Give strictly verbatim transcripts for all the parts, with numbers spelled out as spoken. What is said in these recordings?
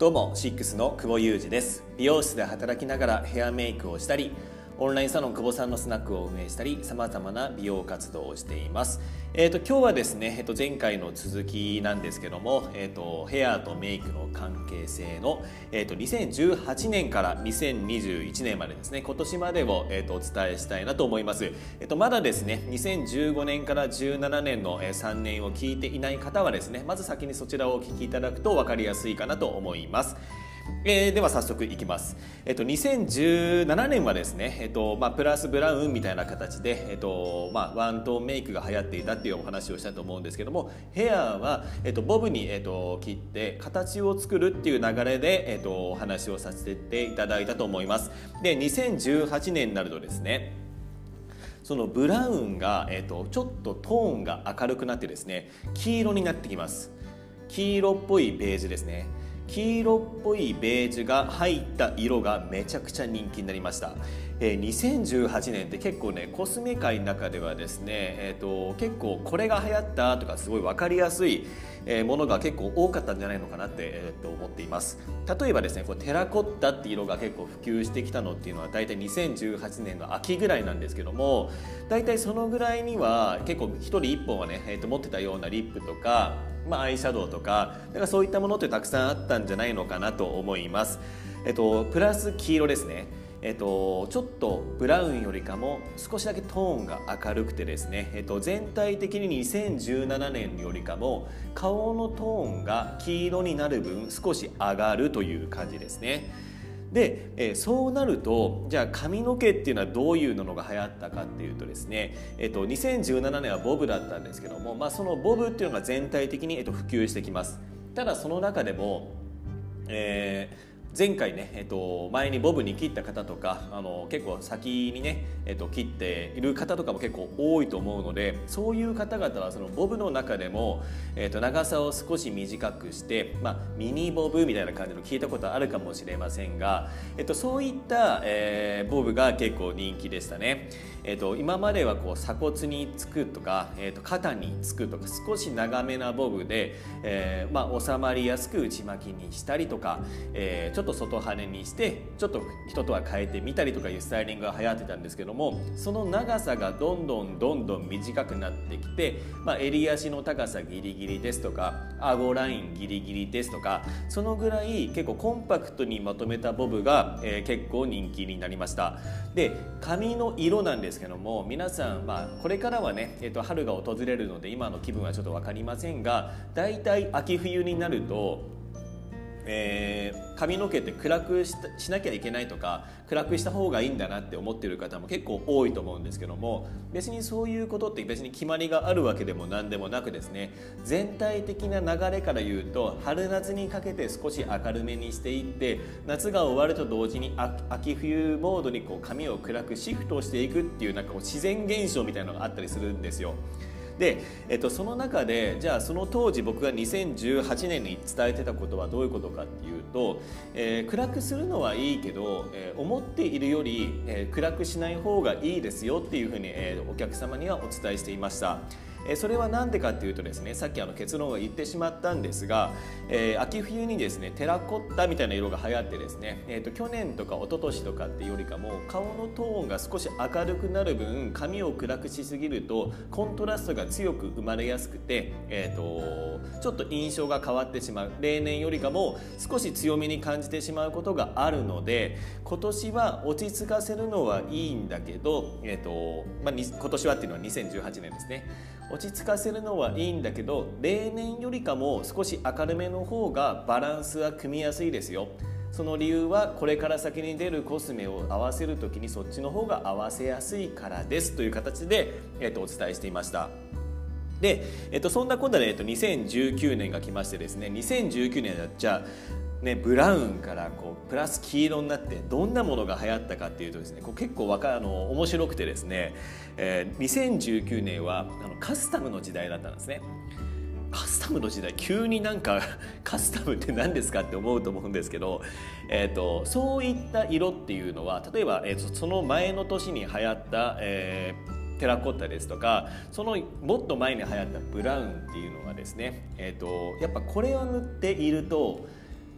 どうもシックスの久保裕二です。美容室で働きながらヘアメイクをしたり、オンラインサロン久保さんのスナックを運営したり、さまざまな美容活動をしています。えーと今日はですね、えーと前回の続きなんですけども、えーとヘアとメイクの関係性の、えーとにせんじゅうはちねんからにせんにじゅういちねんまでですね、今年までを、えーとお伝えしたいなと思います。えーとまだですね、にせんじゅうごねんからじゅうななねんのさんねんを聞いていない方はですね、まず先にそちらをお聞きいただくと分かりやすいかなと思います。えー、では早速いきます。えっと、にせんじゅうななねんはですね、えっとまあ、プラスブラウンみたいな形で、えっとまあ、ワントーンメイクが流行っていたっていうお話をしたと思うんですけども、ヘアは、えっと、ボブに、えっと、切って形を作るっていう流れで、えっと、お話をさせていただいたと思います。でにせんじゅうはちねんになるとですね、そのブラウンが、えっと、ちょっとトーンが明るくなってですね、黄色になってきます。黄色っぽいベージュですね。黄色っぽいベージュが入った色がめちゃくちゃ人気になりました。えー、にせんじゅうはちねんって結構ね、コスメ界の中ではですね、えー、と結構これが流行ったとかすごい分かりやすいものが結構多かったんじゃないのかなって、えー、と思っています。例えばですね、こうテラコッタって色が結構普及してきたのっていうのは大体にせんじゅうはちねんの秋ぐらいなんですけども、大体そのぐらいには結構一人一本はね、えー、と持ってたようなリップとか、まあ、アイシャドウとか、だからそういったものってたくさんあったんじゃないのかなと思います。えっと、プラス黄色ですね。えっと、ちょっとブラウンよりかも少しだけトーンが明るくてですね、えっと、全体的ににせんじゅうななねんよりかも顔のトーンが黄色になる分少し上がるという感じですね。で、えー、そうなるとじゃあ髪の毛っていうのはどういうのが流行ったかっていうとですね、えー、とにせんじゅうななねんはボブだったんですけども、まあ、そのボブっていうのが全体的に、えー、と普及してきます。ただその中でも、えー前回ね、えっと、前にボブに切った方とか、あの結構先にね、えっと、切っている方とかも結構多いと思うので、そういう方々はそのボブの中でも、えっと、長さを少し短くして、まあ、ミニボブみたいな感じの聞いたことあるかもしれませんが、えっと、そういった、えー、ボブが結構人気でしたね。えっと、今まではこう鎖骨につくとか、えっと、肩につくとか少し長めなボブで、えーまあ、収まりやすく内巻きにしたりとか、えー、ちょっとちょっと外羽にしてちょっと人とは変えてみたりとかいうスタイリングが流行ってたんですけども、その長さがどんどんどんどん短くなってきて、まあ、襟足の高さギリギリですとか顎ラインギリギリですとか、そのぐらい結構コンパクトにまとめたボブが、えー、結構人気になりました。で髪の色なんですけども、皆さん、まあ、これからはね、えーと、春が訪れるので今の気分はちょっと分かりませんが、だいたい秋冬になるとえー、髪の毛って暗く し, しなきゃいけないとか暗くした方がいいんだなって思っている方も結構多いと思うんですけども、別にそういうことって別に決まりがあるわけでも何でもなくですね、全体的な流れから言うと春夏にかけて少し明るめにしていって、夏が終わると同時に秋冬モードにこう髪を暗くシフトしていくっていう、なんかこう自然現象みたいなのがあったりするんですよ。で、えっと、その中でじゃあその当時僕がにせんじゅうはちねんに伝えてたことはどういうことかっていうと、えー、暗くするのはいいけど、えー、思っているより、えー、暗くしない方がいいですよっていうふうに、えー、お客様にはお伝えしていました。それは何でかっていうとですね、さっきあの結論を言ってしまったんですが、えー、秋冬にですねテラコッタみたいな色が流行ってですね、えー、と去年とか一昨年とかっていうよりかも顔のトーンが少し明るくなる分、髪を暗くしすぎるとコントラストが強く生まれやすくて、えー、とちょっと印象が変わってしまう、例年よりかも少し強めに感じてしまうことがあるので、今年は落ち着かせるのはいいんだけど、えーとまあ、今年はっていうのはにせんじゅうはちねんですね。落ち着かせるのはいいんだけど、例年よりかも少し明るめの方がバランスは組みやすいですよ。その理由はこれから先に出るコスメを合わせるときにそっちの方が合わせやすいからですという形で、えっと、お伝えしていました。で、えっと、そんなこんなで、えっと、にせんじゅうきゅうねんが来ましてですね、にせんじゅうきゅうねんはじゃあね、ブラウンからこうプラス黄色になってどんなものが流行ったかっていうとですね、こう結構わかあの面白くてですね、えー、にせんじゅうきゅうねんはあのカスタムの時代だったんですね。カスタムの時代、急になんかカスタムって何ですかって思うと思うんですけど、えーと、そういった色っていうのは例えば、えーと、その前の年に流行った、えー、テラコッタですとか、そのもっと前に流行ったブラウンっていうのはですね、えーと、やっぱこれを塗っていると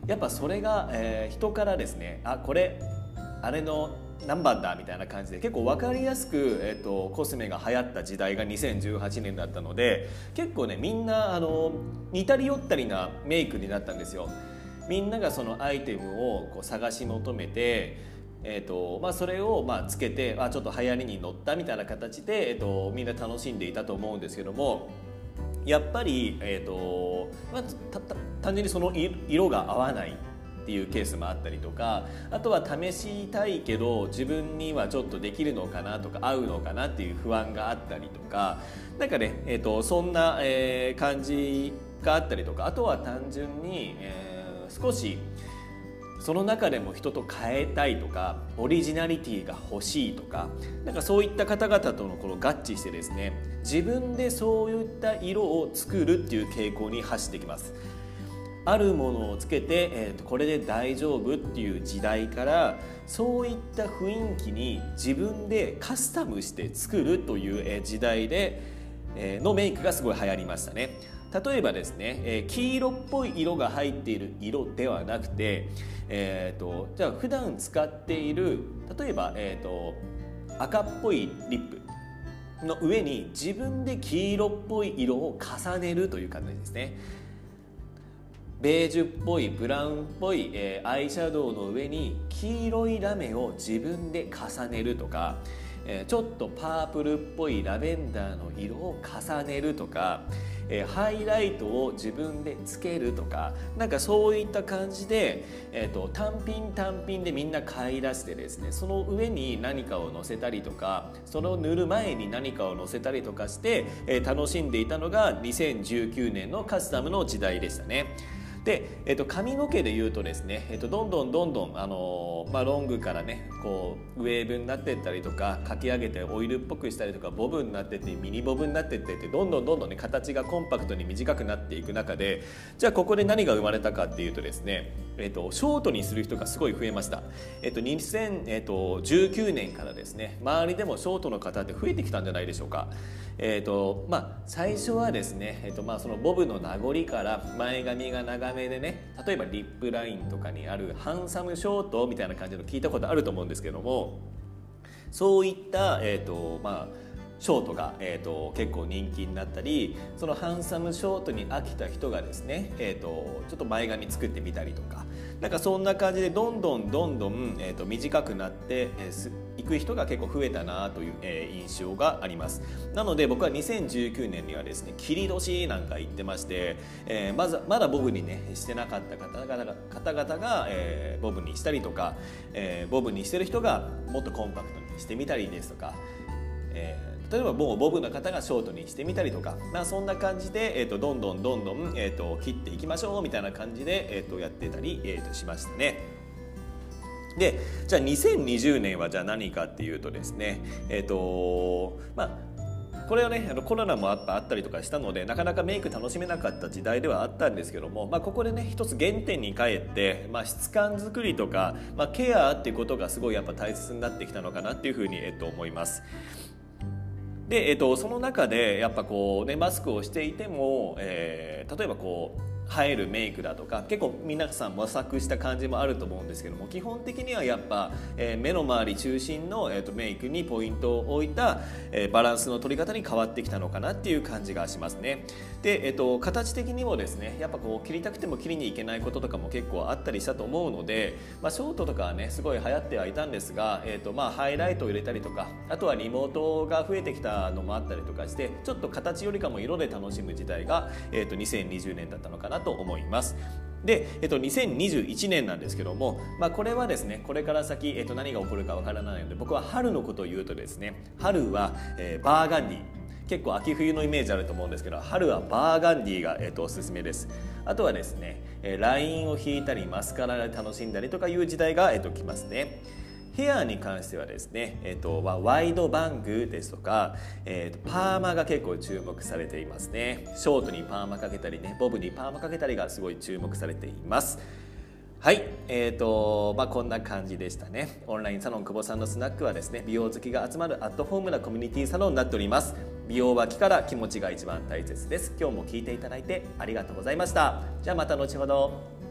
やっぱそれが、えー、人からですね、あ、これあれの何番だみたいな感じで結構分かりやすく、えー、とコスメが流行った時代がにせんじゅうはちねんだったので、結構ねみんなあの似たり寄ったりなメイクになったんですよ。みんながそのアイテムをこう探し求めて、えーとまあ、それをまあつけて、あ、ちょっと流行りに乗ったみたいな形で、えー、とみんな楽しんでいたと思うんですけども、やっぱり、えーとまあ、たた単純にその色が合わないっていうケースもあったりとか、あとは試したいけど自分にはちょっとできるのかなとか合うのかなっていう不安があったりとか、なんかね、えー、とそんな、えー、感じがあったりとか、あとは単純に、えー、少しその中でも人と変えたいとかオリジナリティが欲しいとか、なんかそういった方々とのこの合致してですね、自分でそういった色を作るっていう傾向に走ってきます。あるものをつけて、えー、とこれで大丈夫っていう時代から、そういった雰囲気に自分でカスタムして作るという、えー、時代で、えー、のメイクがすごい流行りましたね。例えばですね、えー、黄色っぽい色が入っている色ではなくて、えー、とじゃあ普段使っている例えば、えー、と赤っぽいリップの上に自分で黄色っぽい色を重ねるという感じですね。ベージュっぽいブラウンっぽい、えー、アイシャドウの上に黄色いラメを自分で重ねるとか、えー、ちょっとパープルっぽいラベンダーの色を重ねるとか、えー、ハイライトを自分でつけるとか、なんかそういった感じで、えーと、単品単品でみんな買い出してですね、その上に何かを乗せたりとか、それを塗る前に何かを乗せたりとかして、えー、楽しんでいたのがにせんじゅうきゅうねんのカスタムの時代でしたね。で、えっと、髪の毛でいうとですね、えっと、どんどんどんどん、あのまあ、ロングからねこうウェーブになっていったりとか、かき上げてオイルっぽくしたりとか、ボブになってってミニボブになってってってどんどんどんどんね形がコンパクトに短くなっていく中で、じゃあここで何が生まれたかっていうとですね、えっと、ショートにする人がすごい増えました。えっと、にせんじゅうきゅうねんからですね、周りでもショートの方って増えてきたんじゃないでしょうか。えっとまあ、最初はですね、えっとまあ、そのボブの名残から前髪が長めでね、例えばリップラインとかにあるハンサムショートみたいな感じの聞いたことあると思うんですけども、そういった、えっとまあショートが、えー、と結構人気になったり、そのハンサムショートに飽きた人がですね、えー、とちょっと前髪作ってみたりとか、なんかそんな感じでどんどんどんどん、えー、と短くなってい、えー、く人が結構増えたなという、えー、印象があります。なので僕はにせんじゅうきゅうねんにはですね、切り年なんか言ってまして、えー、まずまだボブにねしてなかった方々が、方々が、えー、ボブにしたりとか、えー、ボブにしてる人がもっとコンパクトにしてみたりですとか、えー例えばもうボブの方がショートにしてみたりとか、まあ、そんな感じで、えー、とどんどんどんどん、えー、と切っていきましょうみたいな感じで、えー、とやってたり、えー、としましたね。で、じゃあにせんにじゅうねんはじゃあ何かっていうとですね、えっ、ー、とまあこれはね、あのコロナもあったあったりとかしたので、なかなかメイク楽しめなかった時代ではあったんですけども、まあ、ここでね一つ原点に帰って、まあ、質感作りとか、まあ、ケアっていうことがすごいやっぱ大切になってきたのかなっていうふうに、えっと、思います。で、えっと、その中でやっぱこうねマスクをしていても、えー、例えばこう映えるメイクだとか結構皆さん模索した感じもあると思うんですけども、基本的にはやっぱ、えー、目の周り中心の、えー、とメイクにポイントを置いた、えー、バランスの取り方に変わってきたのかなっていう感じがしますね。で、えー、と形的にもですね、やっぱこう切りたくても切りにいけないこととかも結構あったりしたと思うので、まあ、ショートとかはねすごい流行ってはいたんですが、えーとまあ、ハイライトを入れたりとか、あとはリモートが増えてきたのもあったりとかして、ちょっと形よりかも色で楽しむ時代が、えー、とにせんにじゅうねんだったのかなと思います。で、えっと、にせんにじゅういちねんなんですけども、まあ、これはですねこれから先、えっと、何が起こるかわからないので、僕は春のことを言うとですね、春は、えー、バーガンディ、結構秋冬のイメージあると思うんですけど、春はバーガンディが、えっと、おすすめです。あとはですね、えー、ラインを引いたりマスカラで楽しんだりとかいう時代が、えっと、来ますね。ヘアに関してはですね、えー、とワイドバングですとか、えー、とパーマが結構注目されていますね。ショートにパーマかけたりね、ボブにパーマかけたりがすごい注目されています。はい、えーとまあ、こんな感じでしたね。オンラインサロン久保さんのスナックはですね、美容好きが集まるアットホームなコミュニティサロンになっております。美容は気から気持ちが一番大切です。今日も聞いていただいてありがとうございました。じゃあまた後ほど。